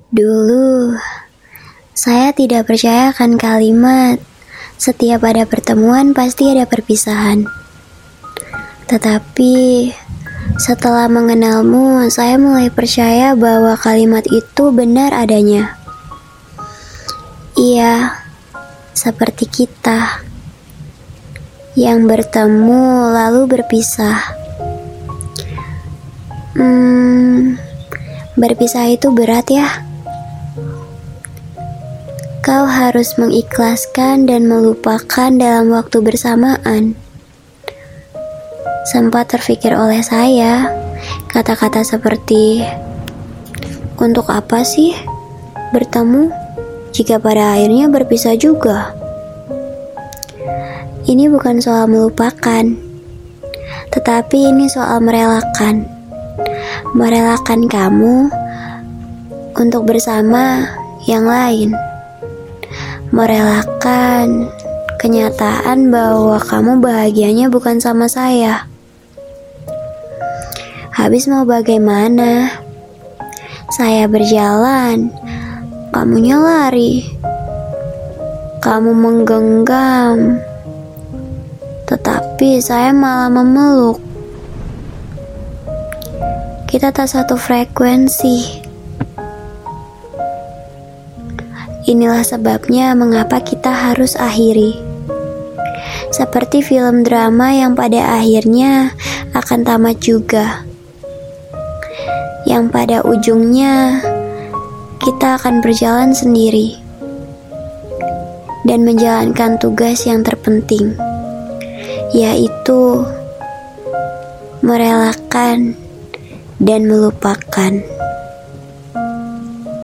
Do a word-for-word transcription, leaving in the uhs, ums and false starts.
Dulu, saya tidak percaya akan kalimat setiap ada pertemuan pasti ada perpisahan. Tetapi, setelah mengenalmu, saya mulai percaya bahwa kalimat itu benar adanya. Iya, seperti kita yang bertemu lalu berpisah. Hmm, berpisah itu berat ya. Kau harus mengikhlaskan dan melupakan dalam waktu bersamaan. Sempat terfikir oleh saya kata-kata seperti, untuk apa sih bertemu jika pada akhirnya berpisah juga? Ini bukan soal melupakan, tetapi ini soal merelakan. Merelakan kamu untuk bersama yang lain. Merelakan kenyataan bahwa kamu bahagianya bukan sama saya. Habis mau bagaimana? Saya berjalan, kamunya lari. Kamu menggenggam, tetapi saya malah memeluk. Kita tak satu frekuensi. Inilah sebabnya mengapa kita harus akhiri. Seperti film drama yang pada akhirnya akan tamat juga. Yang pada ujungnya kita akan berjalan sendiri dan menjalankan tugas yang terpenting, yaitu merelakan dan melupakan.